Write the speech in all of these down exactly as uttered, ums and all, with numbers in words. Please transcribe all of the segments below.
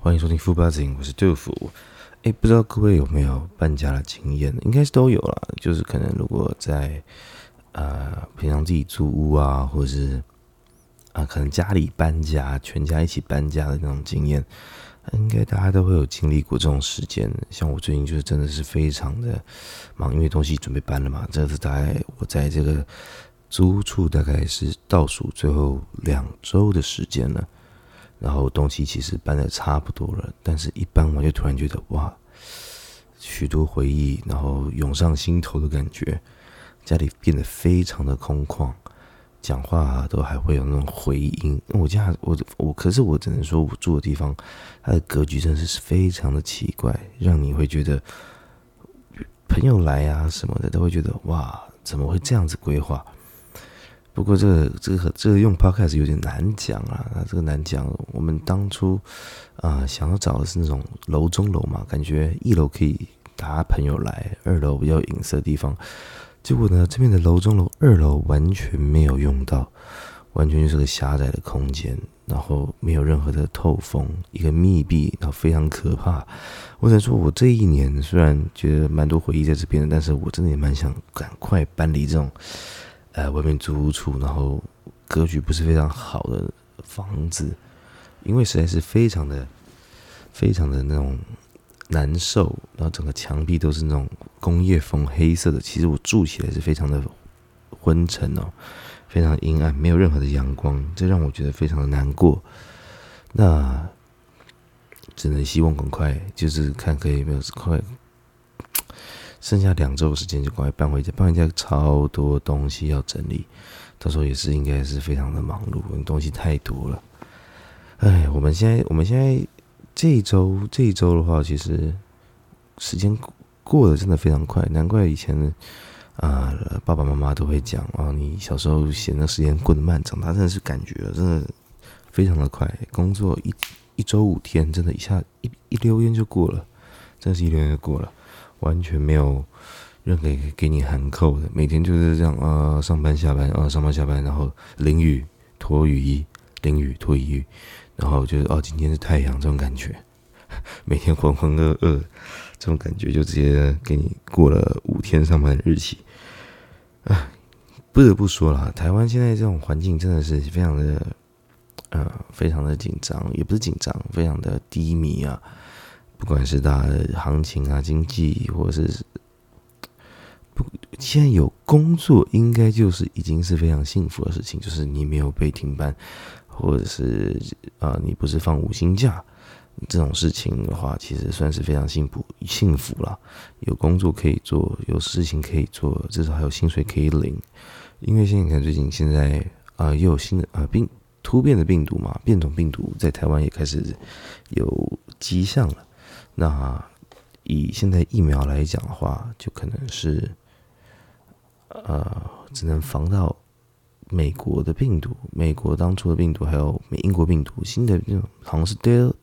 欢迎收听富 Buzzing， 我是豆腐。哎，不知道各位有没有搬家的经验？应该是都有啦。就是可能如果在呃平常自己租屋啊，或者是啊、呃、可能家里搬家，全家一起搬家的那种经验，应该大家都会有经历过这种时间。像我最近就是真的是非常的忙，因为东西准备搬了嘛。这是大概我在这个租屋处大概是倒数最后两周的时间了。然后东西其实搬得差不多了，但是一搬完就突然觉得哇，许多回忆，然后涌上心头的感觉，家里变得非常的空旷，讲话都还会有那种回音。我家我我可是我只能说，我住的地方，它的格局真的是非常的奇怪，让你会觉得朋友来啊什么的都会觉得哇，怎么会这样子规划？不过这个这个这个用 podcast 有点难讲啊，这个难讲。我们当初啊、呃、想要找的是那种楼中楼嘛，感觉一楼可以打朋友来，二楼比较隐私的地方。结果呢，这边的楼中楼二楼完全没有用到，完全就是个狭窄的空间，然后没有任何的透风，一个密闭，然后非常可怕。我想说，我这一年虽然觉得蛮多回忆在这边的，但是我真的也蛮想赶快搬离这种。呃，外面租屋处，然后格局不是非常好的房子，因为实在是非常的、非常的那种难受，然后整个墙壁都是那种工业风黑色的，其实我住起来是非常的昏沉哦，非常阴暗，没有任何的阳光，这让我觉得非常的难过。那只能希望赶快，就是看可以有没有快。剩下两周的时间就赶快搬回家，搬回家超多东西要整理，到时候也是应该是非常的忙碌，因为东西太多了。哎，我们现在我们现在这一周这一周的话，其实时间过得真的非常快，难怪以前啊、呃、爸爸妈妈都会讲啊、哦，你小时候嫌那时间过得慢，长大真的是感觉真的非常的快，工作一一周五天，真的一下一一溜烟就过了，真的是一溜烟就过了。完全没有任何给你含扣的，每天就是这样啊、呃，上班下班啊、呃，上班下班，然后淋雨脱雨衣，淋雨脱雨衣，然后就是哦，今天是太阳这种感觉，每天浑浑噩噩这种感觉，就直接给你过了五天上班的日期。啊，不得不说啦，台湾现在这种环境真的是非常的呃，非常的紧张，也不是紧张，非常的低迷啊。不管是大的行情啊、经济，或者是不，现在有工作，应该就是已经是非常幸福的事情。就是你没有被停班，或者是啊、呃，你不是放五星假这种事情的话，其实算是非常幸福幸福啦。有工作可以做，有事情可以做，至少还有薪水可以领。因为现在你看，最近现在啊、呃，又有新的啊、呃、病突变的病毒嘛，变种病毒在台湾也开始有迹象了。那以现在疫苗来讲的话，就可能是呃，只能防到美国的病毒，美国当初的病毒，还有美英国病毒，新的那种好像是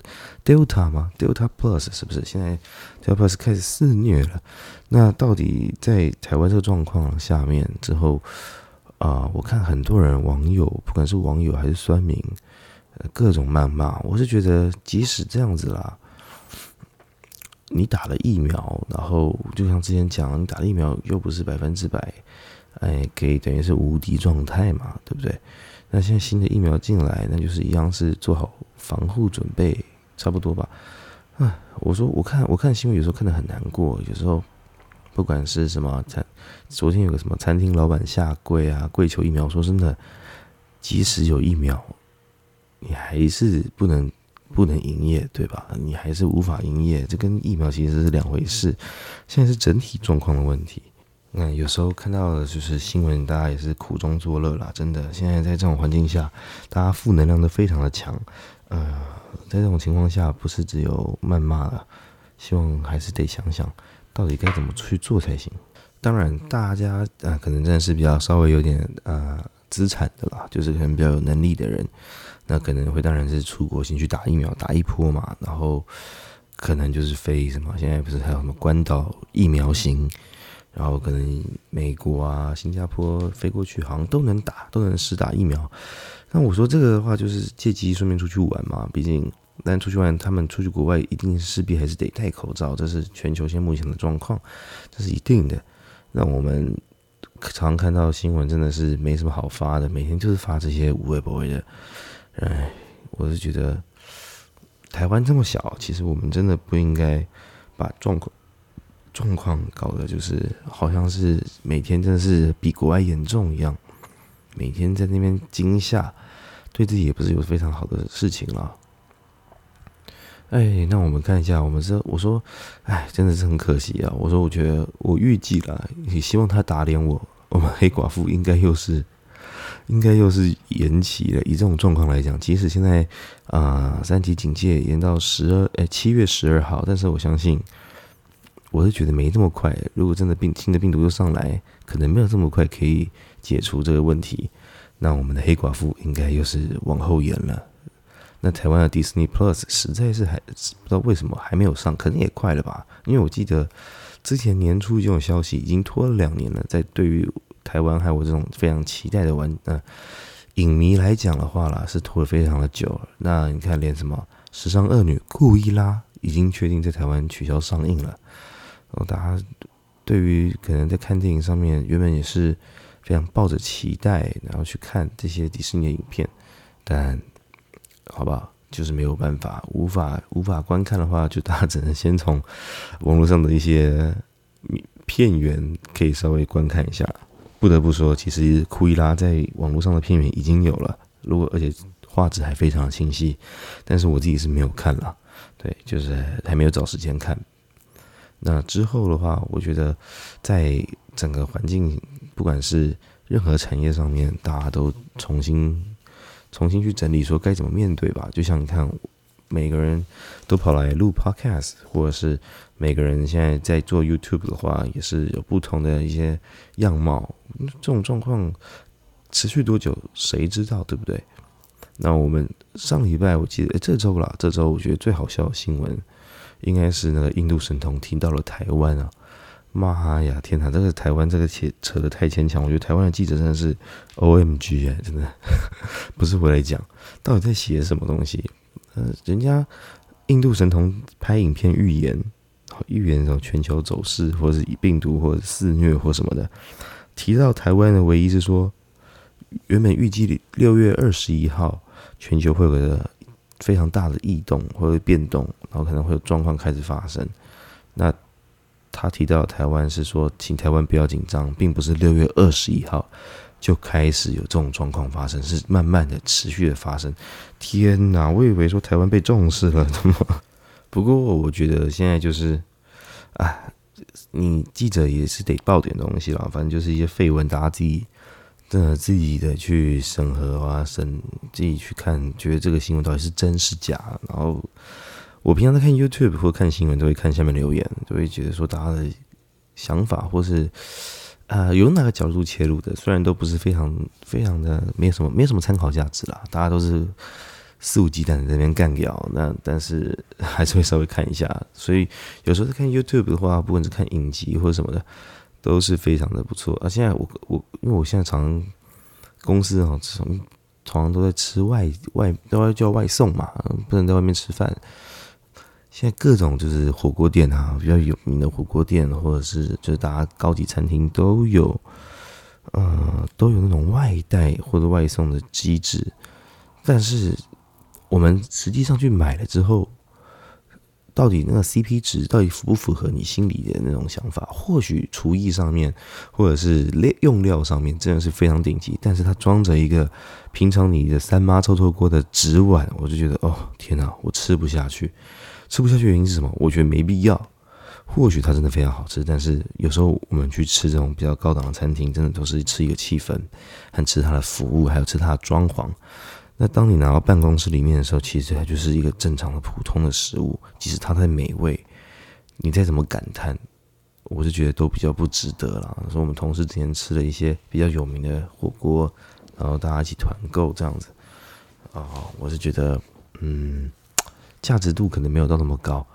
Delta 吗 ？Delta Plus 是不是？现在 Delta Plus 开始肆虐了。那到底在台湾这个状况下面之后啊、呃，我看很多人网友，不管是网友还是酸民，呃、各种谩骂。我是觉得，即使这样子啦。你打了疫苗，然后就像之前讲，你打了疫苗又不是百分之百，哎，可以等于是无敌状态嘛，对不对？那现在新的疫苗进来，那就是一样是做好防护准备，差不多吧。啊，我说我看我看新闻有时候看得很难过，有时候不管是什么餐，昨天有个什么餐厅老板下跪啊，跪求疫苗，说真的，即使有疫苗，你还是不能。不能营业，对吧？你还是无法营业，这跟疫苗其实是两回事。现在是整体状况的问题。那有时候看到的就是新闻，大家也是苦中作乐啦。真的，现在在这种环境下，大家负能量都非常的强。呃，在这种情况下，不是只有谩骂了，希望还是得想想，到底该怎么去做才行。当然，大家啊、呃，可能真的是比较稍微有点呃资产的啦，就是可能比较有能力的人。那可能会当然是出国先去打疫苗，打一波嘛，然后可能就是飞什么，现在不是还有什么关岛疫苗行，然后可能美国啊、新加坡飞过去，好像都能打，都能施打疫苗。那我说这个的话，就是借机顺便出去玩嘛，毕竟但出去玩，他们出去国外一定势必还是得戴口罩，这是全球现在目前的状况，这是一定的。那我们常看到新闻真的是没什么好发的，每天就是发这些无谓不谓的。哎，我是觉得台湾这么小，其实我们真的不应该把状况状况搞得就是好像是每天真的是比国外严重一样，每天在那边惊吓，对自己也不是有非常好的事情啦。哎，那我们看一下，我们这我说，哎，真的是很可惜啊。我说，我觉得我预计啦，也希望他打脸我，我们黑寡妇应该又是，应该又是延期了。以这种状况来讲，即使现在啊、呃、三级警戒延到十二，哎七月十二号，但是我相信，我是觉得没这么快。如果真的病新的病毒又上来，可能没有这么快可以解除这个问题。那我们的黑寡妇应该又是往后延了。那台湾的 Disney Plus 实在是还不知道为什么还没有上，可能也快了吧？因为我记得之前年初这种消息已经拖了两年了，在对于台湾还有我这种非常期待的玩呃影迷来讲的话啦，是拖了非常的久了。那你看，连什么时尚恶女库伊拉已经确定在台湾取消上映了，然后大家对于可能在看电影上面原本也是非常抱着期待，然后去看这些迪士尼的影片，但好吧，就是没有办法，无法无法观看的话，就大家只能先从网络上的一些片源可以稍微观看一下。不得不说，其实库伊拉在网络上的片源已经有了，如果而且画质还非常的清晰，但是我自己是没有看啦，对，就是还没有找时间看。那之后的话，我觉得在整个环境，不管是任何产业上面，大家都重新。重新去整理说该怎么面对吧，就像你看，每个人都跑来录 podcast， 或者是每个人现在在做 YouTube 的话，也是有不同的一些样貌。这种状况持续多久，谁知道，对不对？那我们上礼拜我记得，这周啦，这周我觉得最好笑的新闻，应该是那个印度神童提到了台湾啊。妈呀！天哪，这个台湾这个扯扯得太牵强，我觉得台湾的记者真的是 O M G 哎，真的不是回来讲，到底在写什么东西？呃，人家印度神童拍影片预言，预言什么全球走势，或者是病毒，或者肆虐或什么的，提到台湾的唯一是说，原本预计六月二十一号全球会有个非常大的异动或者变动，然后可能会有状况开始发生，那。他提到台湾是说，请台湾不要紧张，并不是六月二十一号就开始有这种状况发生，是慢慢的持续的发生。天哪，我以为说台湾被重视了，怎么？不过我觉得现在就是，啊，你记者也是得报点东西啦，反正就是一些绯闻，大家自己真的自己的去审核啊，审自己去看，觉得这个新闻到底是真是假，然后。我平常在看 YouTube 或看新闻，都会看下面留言，就会觉得说大家的想法，或是啊、呃、有哪个角度切入的，虽然都不是非常非常的没有什么没有什么参考价值啦，大家都是肆无忌惮的在那边干掉，那但是还是会稍微看一下。所以有时候在看 YouTube 的话，不管是看影集或者什么的，都是非常的不错。啊，现在我我因为我现在常公司哦，常常都在吃外外都要叫外送嘛，不能在外面吃饭。现在各种就是火锅店啊，比较有名的火锅店，或者是就是大家高级餐厅都有，呃，都有那种外带或者外送的机制。但是我们实际上去买了之后，到底那个 C P 值到底符不符合你心里的那种想法？或许厨艺上面，或者是用料上面真的是非常顶级，但是它装着一个平常你的三妈臭臭锅的纸碗，我就觉得哦天哪，我吃不下去。吃不下去的原因是什么？我觉得没必要。或许它真的非常好吃，但是有时候我们去吃这种比较高档的餐厅，真的都是吃一个气氛，和吃它的服务，还有吃它的装潢。那当你拿到办公室里面的时候，其实它就是一个正常的普通的食物，即使它的美味，你再怎么感叹，我是觉得都比较不值得啦。所以我们同事之前吃了一些比较有名的火锅，然后大家一起团购这样子啊、哦，我是觉得嗯。价值度可能没有到那么高，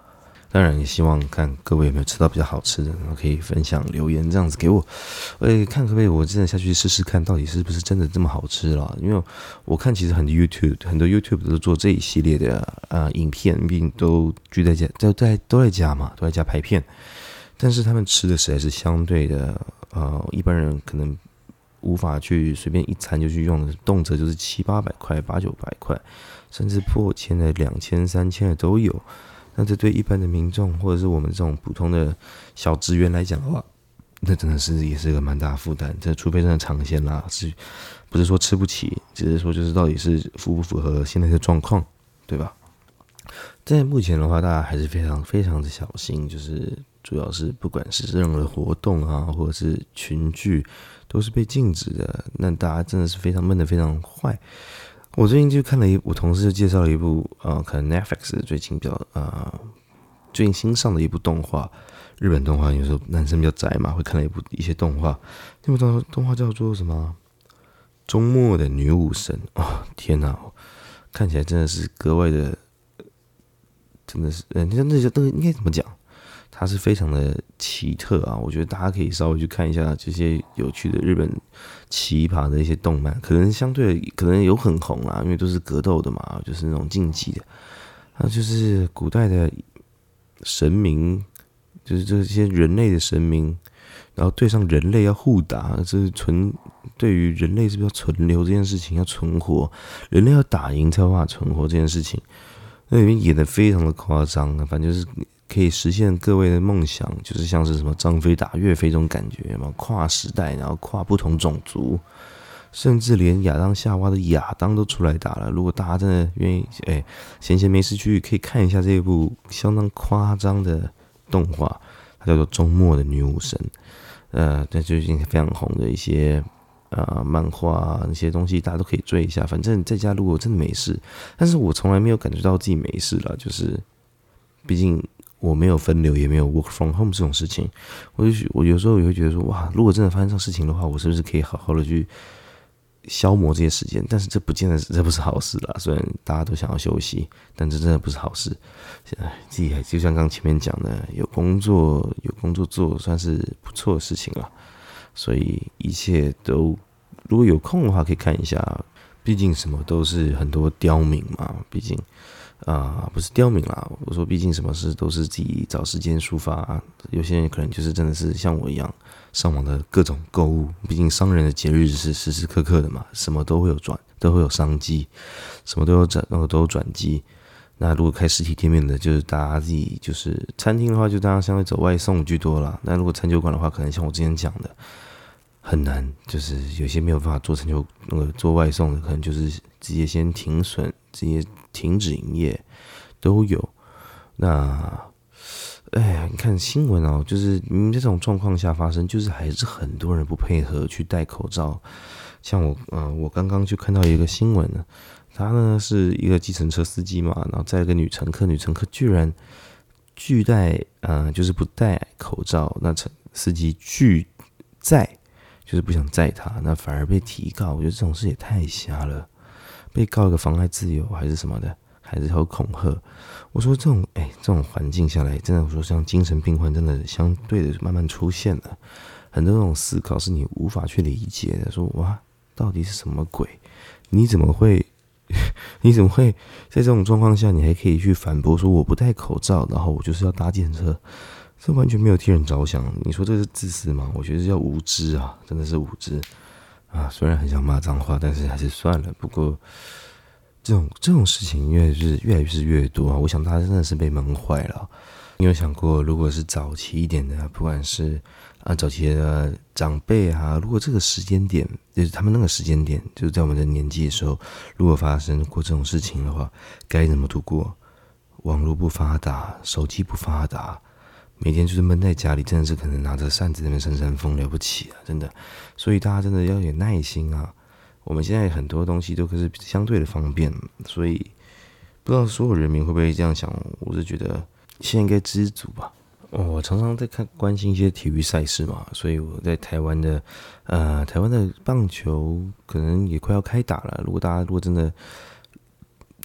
当然也希望看各位有没有吃到比较好吃的，然后可以分享留言这样子给我，诶，看可不可以我真的下去试试看，到底是不是真的这么好吃啦？因为我看其实很多 YouTube 很多 YouTube 都做这一系列的呃影片，并都聚在家都在都在家嘛，都在家拍片，但是他们吃的实在是相对的呃一般人可能无法去随便一餐就去用的，动辄就是七八百块、八九百块，甚至破千的、两千、三千的都有。那这对一般的民众或者是我们这种普通的小职员来讲的话，那真的是也是个蛮大的负担。这除非真的尝鲜啦，是不是说吃不起，只是说就是到底是符不符合现在的状况，对吧？在目前的话，大家还是非常非常的小心，就是主要是不管是任何活动啊，或者是群聚，都是被禁止的。那大家真的是非常闷的非常坏。我最近就看了一，我同事就介绍了一部呃，可能 Netflix 最近比较呃最近新上的一部动画，日本动画，有时候男生比较宅嘛，会看了一部一些动画，那部动动画叫做什么？周末的女武神哦，天哪，看起来真的是格外的，真的是，呃，那那那应该怎么讲？它是非常的奇特啊！我觉得大家可以稍微去看一下这些有趣的日本奇葩的一些动漫，可能相对可能有很红啦，因为都是格斗的嘛，就是那种竞技的，啊，就是古代的神明，就是这些人类的神明，然后对上人类要互打，这是存对于人类是不是要存留这件事情要存活，人类要打赢才有办法存活这件事情，那里面演的非常的夸张，反正就是。可以实现各位的梦想，就是像是什么张飞打岳飞这种感觉嘛，跨时代，然后跨不同种族，甚至连亚当夏娃的亚当都出来打了。如果大家真的愿意，哎，闲闲没事去可以看一下这一部相当夸张的动画，它叫做《周末的女武神》。呃，在最近非常红的一些呃漫画啊那些东西，大家都可以追一下。反正在家如果真的没事，但是我从来没有感觉到自己没事了，就是毕竟。我没有分流，也没有 work from home 这种事情，我就我有时候也会觉得说，哇，如果真的发生这种事情的话，我是不是可以好好的去消磨这些时间？但是这不见得，这不是好事啦。虽然大家都想要休息，但这真的不是好事。自己还就像刚前面讲的，有工作有工作做，算是不错的事情了。所以一切都，如果有空的话，可以看一下。毕竟什么都是很多刁民嘛，毕竟。啊、呃，不是刁民啦，我说，毕竟什么事都是自己找时间抒发。有些人可能就是真的是像我一样，上网的各种购物。毕竟商人的节日是时时刻刻的嘛，什么都会有转，都会有商机，什么都有转，都有转机。那如果开实体店面的，就是大家自己就是餐厅的话，就当然相对走外送居多啦。那如果餐酒馆的话，可能像我之前讲的。很难，就是有些没有办法做成就那个做外送的，可能就是直接先停损，直接停止营业都有。那，哎，你看新闻哦，就是明明这种状况下发生，就是还是很多人不配合去戴口罩。像我，呃，我刚刚就看到一个新闻呢，他呢是一个计程车司机嘛，然后载了个女乘客，女乘客居然拒戴，呃，就是不戴口罩，那司机拒载。就是不想载他，那反而被提告，我觉得这种事也太瞎了。被告一个妨碍自由还是什么的，还是有恐吓。我说这种，哎，这种环境下来，真的，我说像精神病患，真的相对的慢慢出现了。很多这种思考是你无法去理解的。说哇，到底是什么鬼？你怎么会？你怎么会在这种状况下，你还可以去反驳说我不戴口罩，然后我就是要搭计程车？这完全没有替人着想，你说这是自私吗？我觉得这叫无知啊，真的是无知啊！虽然很想骂脏话，但是还是算了。不过这种这种事情越是越来是越多啊，我想大家真的是被闷坏了。你有想过，如果是早期一点的，不管是啊早期的长辈啊，如果这个时间点就是他们那个时间点，就是在我们的年纪的时候，如果发生过这种事情的话，该怎么度过？网络不发达，手机不发达。每天就是闷在家里，真的是可能拿着扇子在那边扇扇风，了不起啊，真的。所以大家真的要有点耐心啊。我们现在很多东西都是相对的方便，所以不知道所有人民会不会这样想。我是觉得现在应该知足吧。哦，我常常在看关心一些体育赛事嘛，所以我在台湾的呃台湾的棒球可能也快要开打了。如果大家如果真的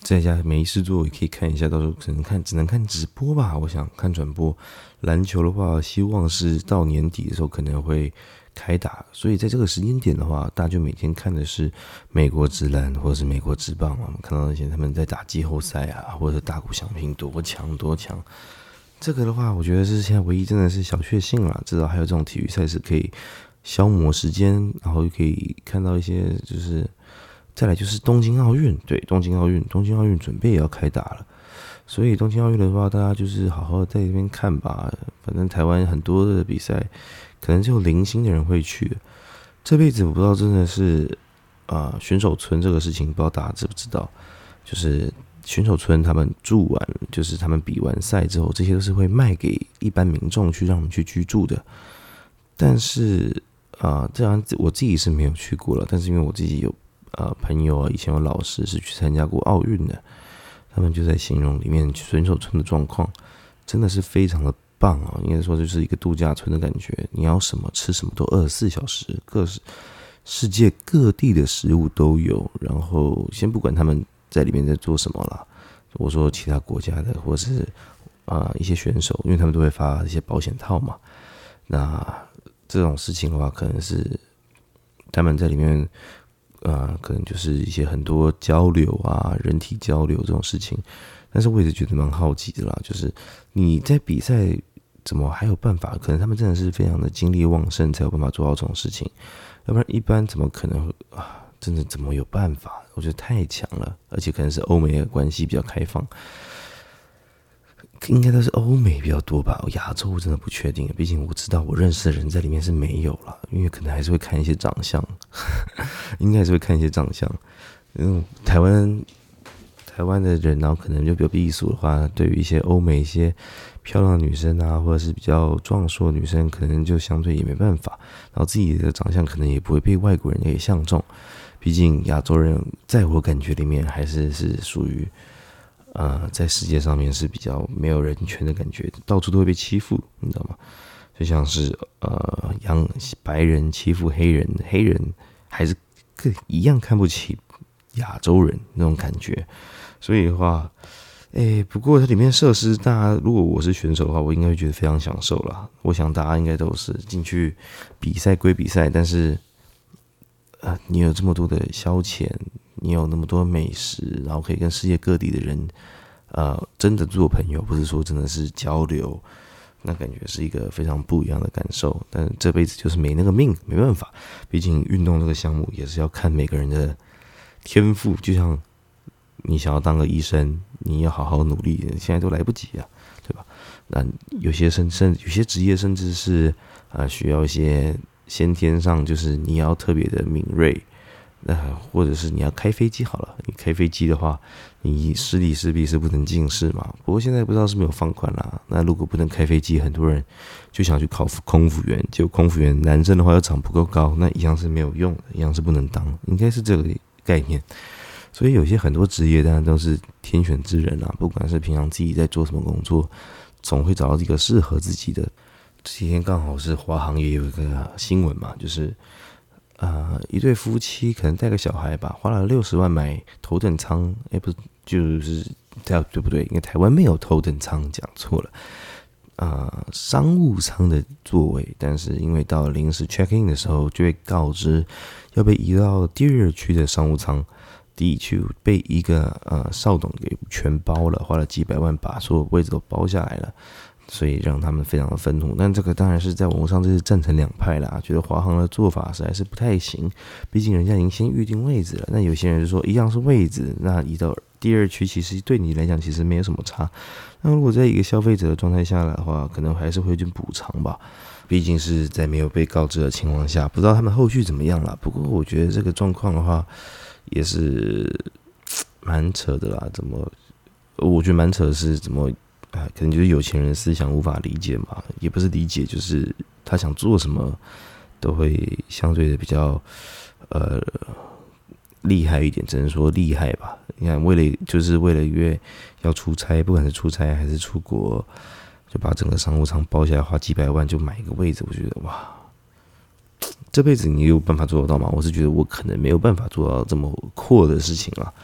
在家没事做也可以看一下，到时候只能看只能看直播吧。我想看转播。篮球的话，希望是到年底的时候可能会开打，所以在这个时间点的话，大家就每天看的是美国职篮或者是美国职棒嘛，我们看到那些他们在打季后赛啊，或者是大谷翔平多强多强。这个的话，我觉得是现在唯一真的是小确幸啦，至少还有这种体育赛事可以消磨时间，然后又可以看到一些就是。再来就是东京奥运，对，东京奥运，东京奥运准备也要开打了，所以东京奥运的话，大家就是好好的在这边看吧。反正台湾很多的比赛，可能只有零星的人会去。这辈子我不知道真的是啊、呃，选手村这个事情，不知道大家知不知道？就是选手村他们住完，就是他们比完赛之后，这些都是会卖给一般民众去让他们去居住的。但是啊、呃，这样我自己是没有去过了，但是因为我自己有。呃，朋友啊，以前有老师是去参加过奥运的，他们就在形容里面选手村的状况，真的是非常的棒啊！应该说就是一个度假村的感觉，你要什么吃什么都二十四小时，各世界各地的食物都有。然后先不管他们在里面在做什么啦，我说其他国家的或是啊、呃、一些选手，因为他们都会发一些保险套嘛，那这种事情的话，可能是他们在里面。呃，可能就是一些很多交流啊，人体交流这种事情，但是我也是觉得蛮好奇的啦。就是你在比赛怎么还有办法？可能他们真的是非常的精力旺盛，才有办法做到这种事情。要不然一般怎么可能啊？真的怎么有办法？我觉得太强了，而且可能是欧美的关系比较开放。应该都是欧美比较多吧，亚洲真的不确定，毕竟我知道我认识的人在里面是没有了，因为可能还是会看一些长相，应该还是会看一些长相。嗯，台湾台湾的人，然后可能就比较避暑的话，对于一些欧美一些漂亮的女生啊，或者是比较壮硕的女生，可能就相对也没办法，然后自己的长相可能也不会被外国人给相中，毕竟亚洲人在我感觉里面还是是属于。呃，在世界上面是比较没有人权的感觉，到处都会被欺负，你知道吗？就像是呃，洋白人欺负黑人，黑人还是一样看不起亚洲人那种感觉。所以的话，哎，不过它里面设施，大家如果我是选手的话，我应该会觉得非常享受啦。我想大家应该都是进去比赛归比赛，但是呃，你有这么多的消遣。你有那么多美食，然后可以跟世界各地的人，呃，真的做朋友，不是说真的是交流，那感觉是一个非常不一样的感受。但这辈子就是没那个命，没办法，毕竟运动这个项目也是要看每个人的天赋。就像你想要当个医生，你要好好努力，现在都来不及啊，对吧？那有些甚甚有些职业甚至是呃需要一些先天上，就是你要特别的敏锐。那或者是你要开飞机好了，你开飞机的话，你师弟师弟是不能近视嘛。不过现在不知道是没有放宽啦。那如果不能开飞机，很多人就想去考空服员，结果空服员男生的话又长不够高，那一样是没有用的，一样是不能当，应该是这个概念。所以有些很多职业当然都是天选之人啦，不管是平常自己在做什么工作，总会找到一个适合自己的。这几天刚好是华航也有一个新闻嘛，就是。呃，一对夫妻可能带个小孩吧，花了六十万买头等舱，哎，不是，就是对对不对？因为台湾没有头等舱，讲错了。呃，商务舱的座位，但是因为到临时 check in 的时候，就会告知要被移到第二区的商务舱，第一区被一个呃少董给全包了，花了几百万把所有位置都包下来了。所以让他们非常的愤怒，但这个当然是在网络上就是站成两派啦，觉得华航的做法实在是不太行，毕竟人家已经先预定位置了。那有些人就说一样是位置，那移到第二区其实对你来讲其实没有什么差。那如果在一个消费者的状态下来的话，可能还是会去补偿吧，毕竟是在没有被告知的情况下，不知道他们后续怎么样啦。不过我觉得这个状况的话，也是蛮扯的啦。怎么？我觉得蛮扯的是怎么？啊，可能就是有钱人思想无法理解嘛，也不是理解，就是他想做什么都会相对的比较呃厉害一点，只能说厉害吧。你看，为了就是为了约要出差，不管是出差还是出国，就把整个商务舱包下来，花几百万就买一个位置，我觉得哇，这辈子你有办法做得到吗？我是觉得我可能没有办法做到这么阔的事情啦。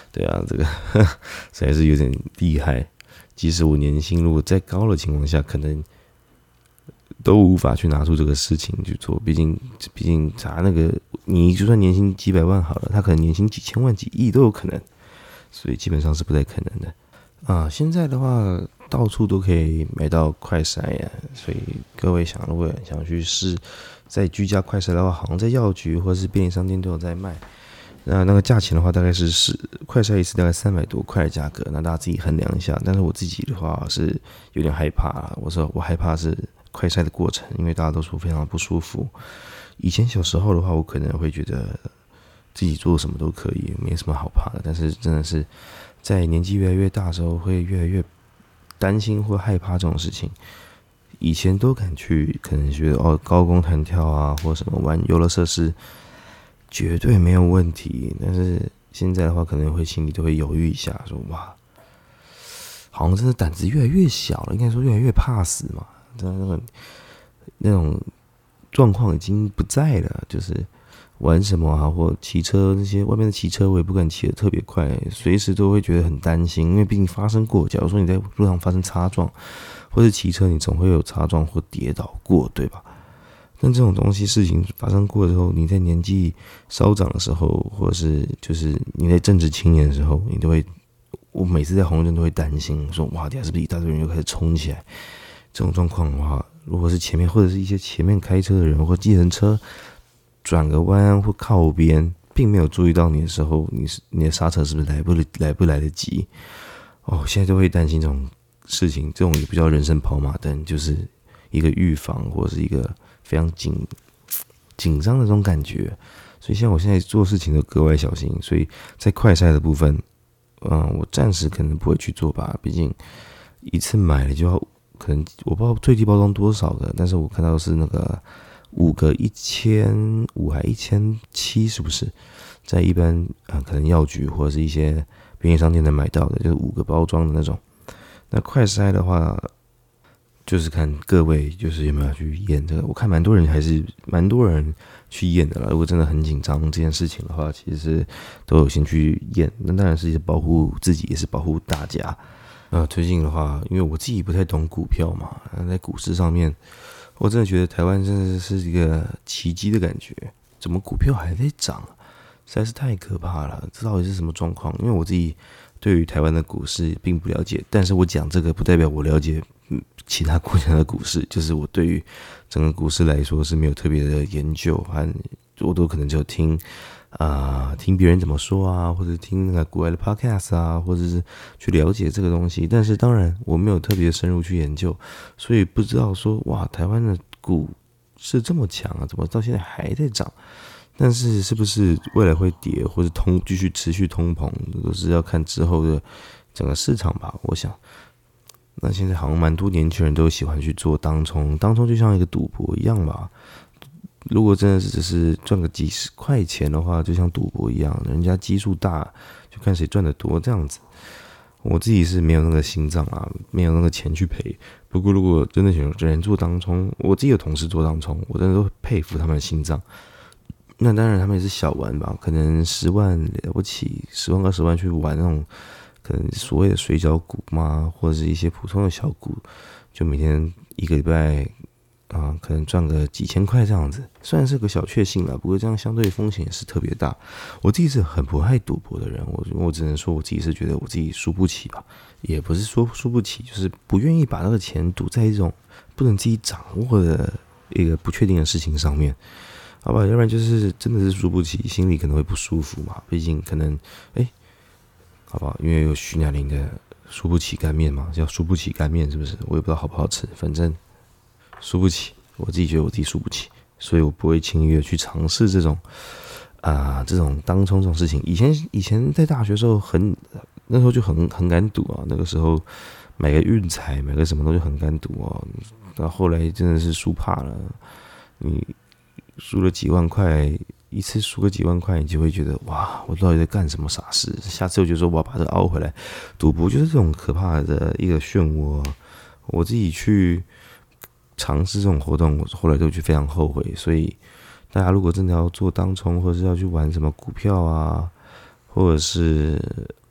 对啊，这个实在是有点厉害。即使我年薪如果再高的情况下，可能都无法去拿出这个事情去做。毕竟，毕竟他那个，你就算年薪几百万好了，他可能年薪几千万、几亿都有可能，所以基本上是不太可能的。啊，现在的话，到处都可以买到快筛呀，所以各位想如果想去试在居家快筛的话，好像在药局或是便利商店都有在卖。那那个价钱的话，大概是是快筛一次大概三百多块的价格，那大家自己衡量一下。但是我自己的话是有点害怕，我说我害怕是快筛的过程，因为大家都说非常不舒服。以前小时候的话，我可能会觉得自己做什么都可以，没什么好怕的。但是真的是在年纪越来越大的时候，会越来越担心或害怕这种事情。以前都敢去，可能觉得哦高空弹跳啊，或什么玩游乐设施。绝对没有问题，但是现在的话，可能会心里都会犹豫一下，说哇，好像真的胆子越来越小了，应该说越来越怕死嘛。真的那个那种状况已经不在了，就是玩什么啊，或骑车那些外面的骑车，我也不敢骑得特别快，随时都会觉得很担心，因为毕竟发生过。假如说你在路上发生擦撞，或是骑车，你总会有擦撞或跌倒过，对吧？但这种东西事情发生过之后，你在年纪稍长的时候，或者是就是你在正值青年的时候，你都会，我每次在红绿灯都会担心，说哇，等下是不是一大堆人又开始冲起来？这种状况的话，如果是前面或者是一些前面开车的人或计程车转个弯或靠边，并没有注意到你的时候，你是你的刹车是不是来不来不来得及？哦，现在都会担心这种事情，这种也不叫人生跑马灯，就是一个预防或者是一个非常紧紧张的这种感觉，所以像我现在做事情都格外小心。所以在快筛的部分，嗯，我暂时可能不会去做吧，毕竟一次买了就要，可能我不知道最低包装多少个，但是我看到是那个五个一千五还一千七，是不是？在一般啊、呃，可能药局或者是一些便利商店能买到的，就是五个包装的那种。那快筛的话，就是看各位就是有没有去验这个，我看蛮多人还是蛮多人去验的啦。如果真的很紧张这件事情的话，其实都有先去验。那当然是保护自己，也是保护大家。呃，最近的话，因为我自己不太懂股票嘛，在股市上面，我真的觉得台湾真的是一个奇迹的感觉。怎么股票还在涨？实在是太可怕了！这到底是什么状况？因为我自己对于台湾的股市并不了解，但是我讲这个不代表我了解其他国家的股市，就是我对于整个股市来说是没有特别的研究，和我都可能就听啊、呃、听别人怎么说啊，或者听那个国外的 podcast 啊，或者是去了解这个东西。但是当然我没有特别深入去研究，所以不知道说哇，台湾的股市这么强啊，怎么到现在还在涨？但是是不是未来会跌，或者通继续持续通膨，都是要看之后的整个市场吧，我想。那现在好像蛮多年轻人都喜欢去做当冲，当冲就像一个赌博一样吧。如果真的是只是赚个几十块钱的话，就像赌博一样，人家基数大，就看谁赚得多这样子。我自己是没有那个心脏啊，没有那个钱去赔。不过如果真的有人做当冲，我自己有同事做当冲，我真的都佩服他们的心脏。那当然他们也是小玩吧，可能十万了不起，十万二十万去玩那种可能所谓的水饺股嘛，或者是一些普通的小股，就每天一个礼拜啊、呃，可能赚个几千块这样子，虽然是个小确幸啦，不过这样相对风险也是特别大。我自己是很不爱赌博的人，我我只能说我自己是觉得我自己输不起吧，也不是说输不起，就是不愿意把那个钱赌在一种不能自己掌握的一个不确定的事情上面。好吧，要不然就是真的是输不起，心里可能会不舒服嘛。毕竟可能，哎、欸，好不好？因为有徐乃麟的输不起干面嘛，叫输不起干面，是不是？我也不知道好不好吃，反正输不起，我自己觉得我自己输不起，所以我不会轻易的去尝试这种啊、呃、这种当冲这种事情。以前以前在大学的时候很，那时候就很很敢赌啊，那个时候买个运彩，买个什么东西很敢赌哦。到后来真的是输怕了，你。输了几万块，一次输个几万块，你就会觉得哇，我到底在干什么傻事？下次我就说我要把这熬回来。赌博就是这种可怕的一个漩涡。我自己去尝试这种活动，我后来都觉得非常后悔。所以大家如果真的要做当冲，或者是要去玩什么股票啊，或者是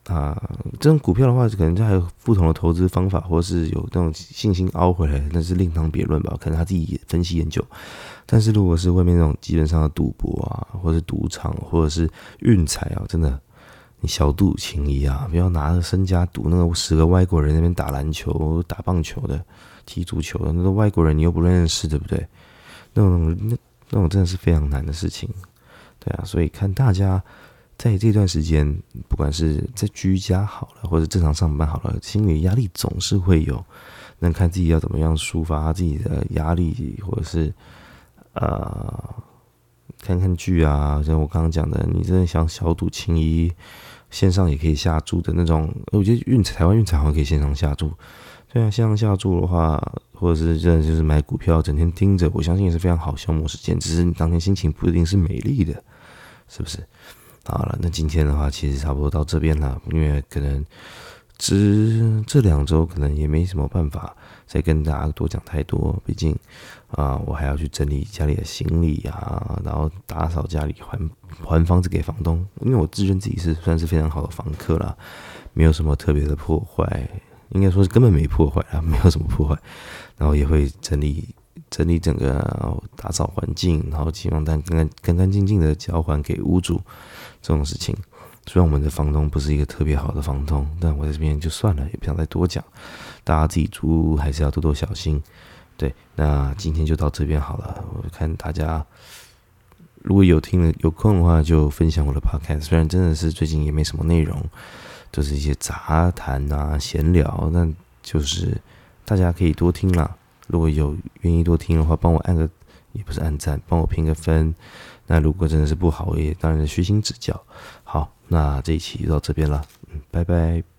啊，这种股票的话，可能它还有不同的投资方法，或是有那种信心凹回来，那是另当别论吧。可能他自己分析研究。但是如果是外面那种基本上的赌博啊，或是赌场，或者是运彩啊，真的，你小赌轻移啊，不要拿着身家赌那个十个外国人在那边打篮球、打棒球的、踢足球的，那个外国人你又不认识，对不对？那种那那种真的是非常难的事情，对啊。所以看大家在这段时间，不管是在居家好了，或者正常上班好了，心理压力总是会有。那看自己要怎么样抒发自己的压力，或者是呃看看剧啊，像我刚刚讲的，你真的想小赌轻移，线上也可以下注的那种。我觉得运彩台湾运彩好像可以线上下注，对啊，线上下注的话，或者是真的就是买股票，整天盯着，我相信也是非常好消磨时间。只是你当天心情不一定是美丽的，是不是？好了，那今天的话其实差不多到这边了，因为可能只这两周可能也没什么办法再跟大家多讲太多，毕竟啊、呃，我还要去整理家里的行李啊，然后打扫家里，还还房子给房东，因为我自认自己是算是非常好的房客啦，没有什么特别的破坏，应该说是根本没破坏啊，没有什么破坏，然后也会整理。整理整个打扫环境，然后希望但干干干干净净的交还给屋主这种事情。虽然我们的房东不是一个特别好的房东，但我在这边就算了，也不想再多讲。大家自己租屋还是要多多小心。对，那今天就到这边好了。我看大家如果有听了有空的话，就分享我的 podcast。虽然真的是最近也没什么内容，都是一些杂谈啊、闲聊，那就是大家可以多听啦。如果有愿意多听的话，帮我按个也不是按赞，帮我评个分。那如果真的是不好，也当然是虚心指教。好，那这一期就到这边了，嗯，拜拜。